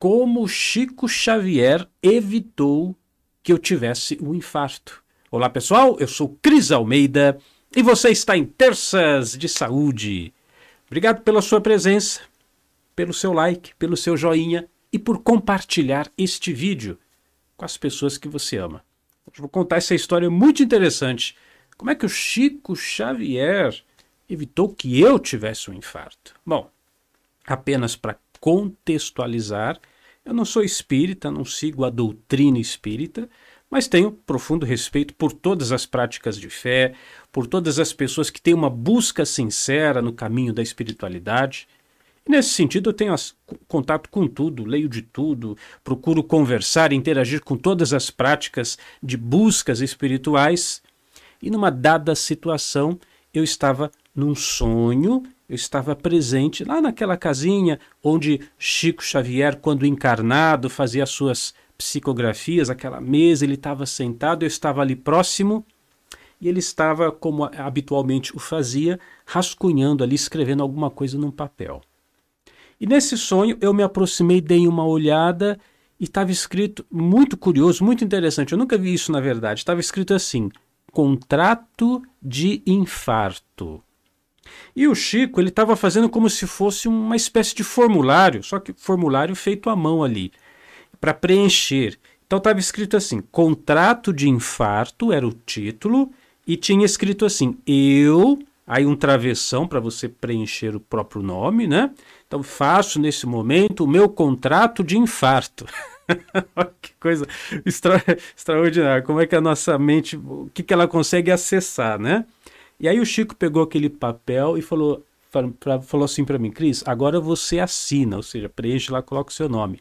como Chico Xavier evitou que eu tivesse um infarto. Olá pessoal, eu sou Cris Almeida e você está em Terças de Saúde. Obrigado pela sua presença, pelo seu like, pelo seu joinha e por compartilhar este vídeo com as pessoas que você ama. Hoje vou contar essa história muito interessante. Como é que o Chico Xavier evitou que eu tivesse um infarto? Bom, apenas para contextualizar, eu não sou espírita, não sigo a doutrina espírita, mas tenho profundo respeito por todas as práticas de fé, por todas as pessoas que têm uma busca sincera no caminho da espiritualidade. E nesse sentido eu tenho contato com tudo, leio de tudo, procuro conversar, interagir com todas as práticas de buscas espirituais. E numa dada situação eu estava num sonho, eu estava presente lá naquela casinha onde Chico Xavier, quando encarnado, fazia as suas psicografias, aquela mesa, ele estava sentado, eu estava ali próximo e ele estava, como habitualmente o fazia, rascunhando ali, escrevendo alguma coisa num papel. E nesse sonho eu me aproximei, dei uma olhada e estava escrito, muito curioso, muito interessante, eu nunca vi isso na verdade, estava escrito assim: contrato de infarto. E o Chico, ele estava fazendo como se fosse uma espécie de formulário, só que formulário feito à mão ali, para preencher. Então estava escrito assim, contrato de infarto era o título, e tinha escrito assim, aí um travessão para você preencher o próprio nome, né? Então faço nesse momento o meu contrato de infarto. Que coisa extraordinária, como é que a nossa mente, o que ela consegue acessar, né? E aí o Chico pegou aquele papel e falou assim para mim, Cris, agora você assina, ou seja, preenche lá, coloca o seu nome.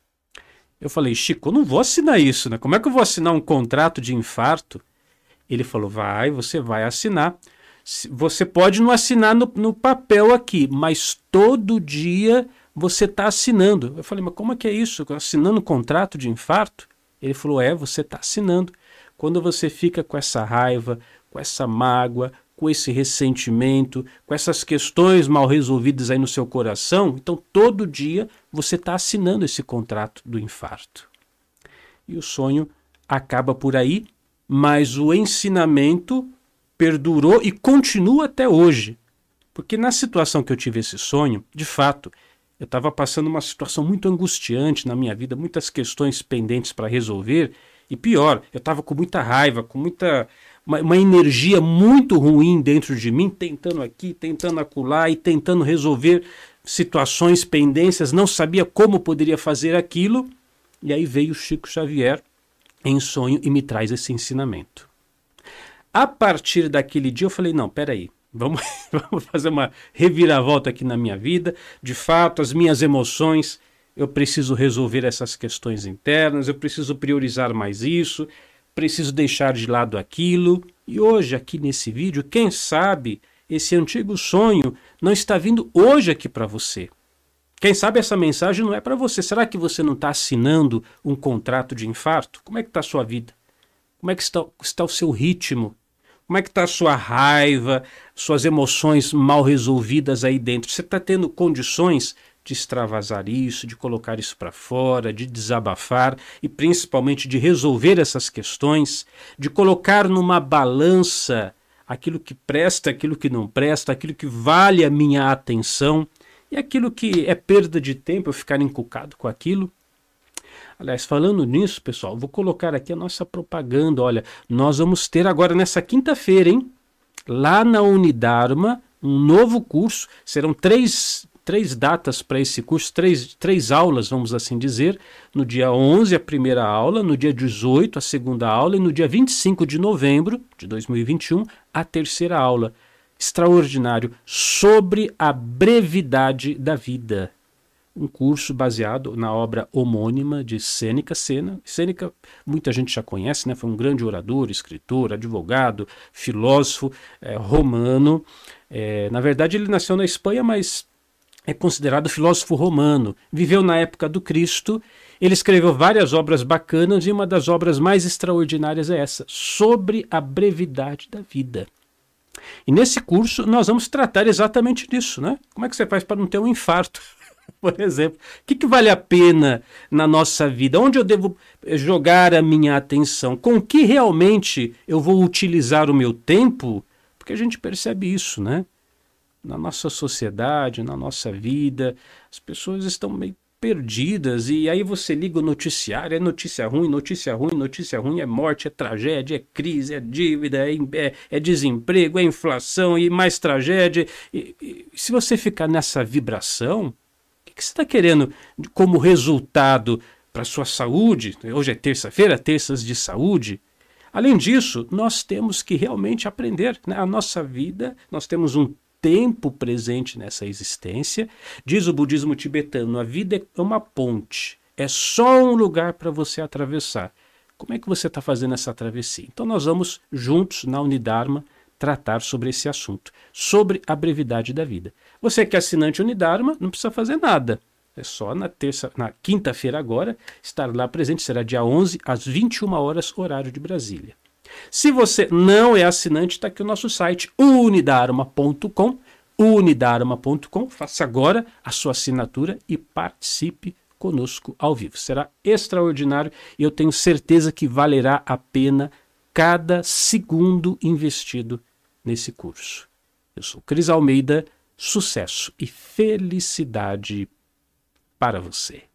Eu falei, Chico, eu não vou assinar isso, né? Como é que eu vou assinar um contrato de infarto? Ele falou, você vai assinar. Você pode não assinar no papel aqui, mas todo dia você está assinando. Eu falei, mas como é que é isso? Assinando um contrato de infarto? Ele falou, você está assinando. Quando você fica com essa raiva, com essa mágoa, com esse ressentimento, com essas questões mal resolvidas aí no seu coração, então todo dia você está assinando esse contrato do infarto. E o sonho acaba por aí, mas o ensinamento perdurou e continua até hoje. Porque na situação que eu tive esse sonho, de fato, eu estava passando uma situação muito angustiante na minha vida, muitas questões pendentes para resolver, e pior, eu estava com muita raiva, com uma energia muito ruim dentro de mim, tentando aqui, tentando acolá e tentando resolver situações, pendências, não sabia como poderia fazer aquilo, e aí veio Chico Xavier em sonho e me traz esse ensinamento. A partir daquele dia eu falei, não, peraí, vamos fazer uma reviravolta aqui na minha vida, de fato, as minhas emoções, eu preciso resolver essas questões internas, eu preciso priorizar mais isso, preciso deixar de lado aquilo. E hoje, aqui nesse vídeo, quem sabe esse antigo sonho não está vindo hoje aqui para você. Quem sabe essa mensagem não é para você. Será que você não está assinando um contrato de infarto? Como é que está a sua vida? Como é que está o seu ritmo? Como é que está a sua raiva, suas emoções mal resolvidas aí dentro? Você está tendo condições de extravasar isso, de colocar isso para fora, de desabafar e principalmente de resolver essas questões, de colocar numa balança aquilo que presta, aquilo que não presta, aquilo que vale a minha atenção e aquilo que é perda de tempo, eu ficar encucado com aquilo. Aliás, falando nisso, pessoal, vou colocar aqui a nossa propaganda. Olha, nós vamos ter agora nessa quinta-feira, lá na Unidarma, um novo curso. Serão três datas para esse curso, três aulas, vamos assim dizer. No dia 11, a primeira aula, no dia 18, a segunda aula e no dia 25 de novembro de 2021, a terceira aula. Extraordinário, sobre a brevidade da vida. Um curso baseado na obra homônima de Sêneca. Sêneca, muita gente já conhece, né? Foi um grande orador, escritor, advogado, filósofo romano. Na verdade, ele nasceu na Espanha, mas é considerado filósofo romano. Viveu na época do Cristo. Ele escreveu várias obras bacanas e uma das obras mais extraordinárias é essa, sobre a brevidade da vida. E nesse curso nós vamos tratar exatamente disso, né? Como é que você faz para não ter um infarto? Por exemplo, o que vale a pena na nossa vida? Onde eu devo jogar a minha atenção? Com que realmente eu vou utilizar o meu tempo? Porque a gente percebe isso, né? Na nossa sociedade, na nossa vida, as pessoas estão meio perdidas e aí você liga o noticiário, é notícia ruim, notícia ruim, notícia ruim, é morte, é tragédia, é crise, é dívida, é desemprego, é inflação e mais tragédia. E se você ficar nessa vibração, o que você está querendo como resultado para a sua saúde? Hoje é terça-feira, terças de saúde. Além disso, nós temos que realmente aprender, né? A nossa vida, nós temos um tempo presente nessa existência. Diz o budismo tibetano, a vida é uma ponte, é só um lugar para você atravessar. Como é que você está fazendo essa travessia? Então nós vamos juntos na Unidharma tratar sobre esse assunto, sobre a brevidade da vida. Você que é assinante Unidharma, não precisa fazer nada. É só na quinta-feira agora, estar lá presente, será dia 11 às 21 horas, horário de Brasília. Se você não é assinante, está aqui o nosso site unidharma.com, unidharma.com. Faça agora a sua assinatura e participe conosco ao vivo. Será extraordinário e eu tenho certeza que valerá a pena cada segundo investido nesse curso. Eu sou Cris Almeida, sucesso e felicidade para você.